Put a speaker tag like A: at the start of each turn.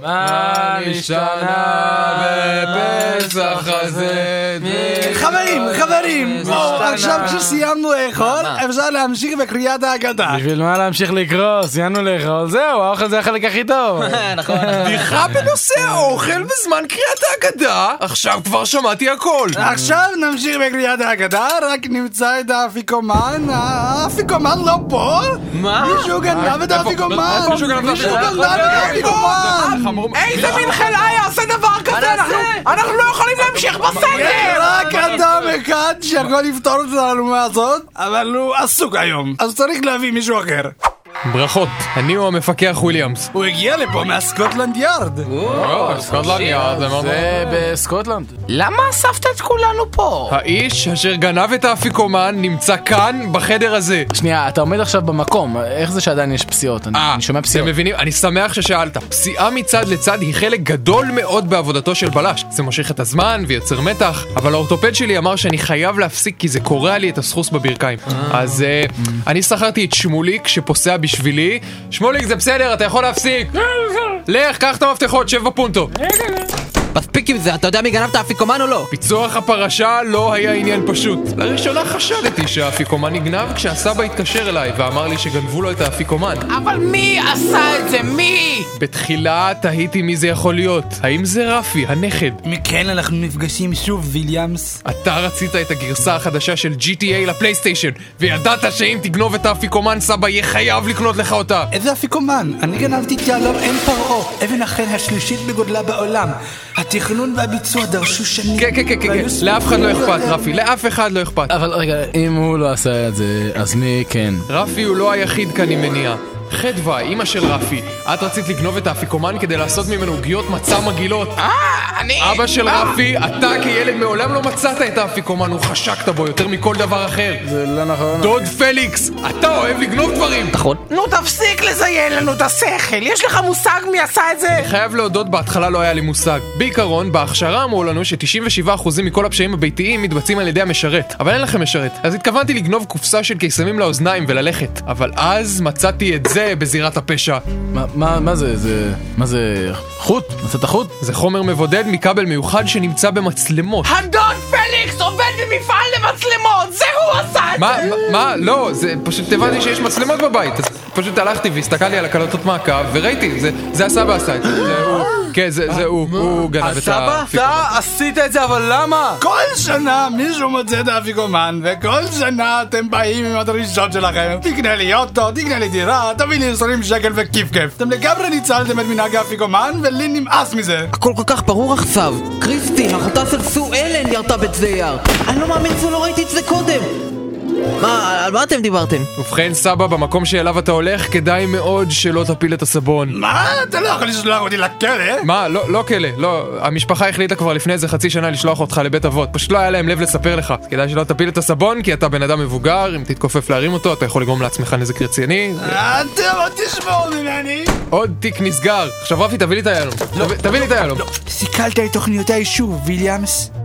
A: מה נשתנה בפסח הזה?
B: חברים, עכשיו כשסיימנו לאכול, אפשר להמשיך בקריאת ההגדה.
A: בשביל מה להמשיך לקרוא? סיימנו לאכול, זהו, האוכל זה החלק הכי טוב.
C: נכון.
D: בדיחה בנושא האוכל בזמן קריאת ההגדה, עכשיו כבר שמעתי הכל.
B: עכשיו נמשיך בקריאת ההגדה, רק נמצא את האפיקומן. האפיקומן לא פה?
C: מה?
B: מישהו גנב את האפיקומן.
D: איזה מין חלאי יעשה דבר כזה? אנחנו לא יכולים להמשיך בסדר.
B: רק אדם אחד שיכול לפתור את התעלומה הזאת, אבל הוא עסוק היום, אז צריך להביא מישהו אחר.
D: ברכות, אני הוא המפקח וויליאמס.
B: הוא הגיע לפה מהסקוטלנד יארד.
D: סקוטלנד יארד,
A: זה בסקוטלנד.
C: למה אספת את כולנו פה?
D: האיש אשר גנב את האפיקומן נמצא כאן בחדר הזה.
A: שנייה, אתה עומד עכשיו במקום, איך זה שעדיין יש פסיעות? אני שומע פסיעות.
D: אתם מבינים? אני שמח ששאלת. פסיעה מצד לצד היא חלק גדול מאוד בעבודתו של בלש. זה מושך את הזמן ויוצר מתח, אבל האורתופד שלי אמר שאני חייב להפסיק כי זה קורע לי את הסחוס בברכיים. אז אני שכרתי את שמוליק שפוסע בשבילי. שמוליק, זה בסדר, אתה יכול להפסיק. לך, קח את המפתחות, שב בפונטו.
C: מספיק עם זה, אתה יודע מי גנב את האפיקומן או לא?
D: פיצוח הפרשה לא היה עניין פשוט. לראשונה חשדתי שהאפיקומן נגנב כשהסבא התקשר אליי ואמר לי שגנבו לו את האפיקומן.
C: אבל מי עשה את זה? מי?
D: בתחילה תהיתי מי זה יכול להיות. האם זה רפי, הנכד?
B: מכן אנחנו נפגשים שוב, ויליאמס.
D: אתה רצית את הגרסה החדשה של GTA לפלייסטיישן, וידעת שאם תגנוב את האפיקומן סבא יהיה חייב לקנות לך אותה.
B: איזה אפיקומן? אני גנבתי את יהלום עין פרעה, אבן החן השלישית בגודלה בעולם. התכנון והביצוע דרשו שנים.
D: כן, לאף אחד לא אכפת, רפי, לאף אחד לא אכפת.
A: אבל רגע, אם הוא לא עשה את זה, אז מי כן?
D: רפי הוא לא היחיד כאן עם מניעה. חדווה, אמא של רפי, את רצית לגנוב את האפיקומן כדי לעשות ממנו עוגיות מצה מגעילות. אבא של רפי, אתה כילד מעולם לא מצאת את האפיקומן, הוא חשקת בו יותר מכל דבר אחר.
A: זה לא נכון.
D: דוד פליקס, אתה אוהב לגנוב דברים.
C: נכון.
E: נו, תפסיק לזיין לנו את השכל, יש לך מושג מי עשה את זה?
D: חייב להודות, בהתחלה לא היה לי מושג. בעיקרון, בהכשרה אמרו לנו ש97% מכל הפשעים הביתיים מתבצעים על ידי המשרת, אבל אין לכם משרת. אז התכוונתי לגנוב קופסה של קיסמים לאוזניים וללכת, אבל אז מצאתי את זה בזירת הפשע.
A: מה זה? מה זה? חוט? מצאת חוט?
D: זה חומר מבודד מכבל מיוחד שנמצא במצלמות.
E: הדוד פליקס עובד במפעל למצלמות, זה הוא עשה את זה!
D: מה? לא, זה פשוט הבנתי שיש מצלמות בבית, אז פשוט הלכתי והסתכלתי על הקלטות מעקב וראיתי, זה הסבא עשה את זה. כן, זה הוא גנב את האפיקומן.
B: אתה עשית את זה, אבל למה? כל שנה מישהו מוצא את האפיקומן, וכל שנה אתם באים עם הדרישות שלכם. תקנה לי אוטו, תקנה לי דירה, תביא לי 20 שקל וכיף כיף. אתם לגמרי ניצלתם את מנהג האפיקומן, ולי נמאס מזה.
C: הכל כל כך ברור עכשיו. קריסטין, אחותה של סו אלן ירתה בצבי יער. אני לא מאמין שלא ראיתי את זה קודם. מה, על מה אתם דיברתם?
D: ובכן סבא, במקום שאליו אתה הולך כדאי מאוד שלא תפיל את הסבון.
B: מה? אתה לא יכול לשלוח אותי לכלא?
D: מה? לא כלא, לא. המשפחה החליטה כבר לפני איזה חצי שנה לשלוח אותך לבית אבות. פשוט לא היה להם לב לספר לך. אז כדאי שלא תפיל את הסבון, כי אתה בן אדם מבוגר, אם תתכופף להרים אותו אתה יכול לגרום לעצמך נזק רציני.
B: אתם לא תשמעו ממני.
D: עוד תיק נסגר. עכשיו רפי, תביא לי את היהלום. תביא לי את היהלום.
B: סיכלת את תוכניותיי שוב, ויליאמס.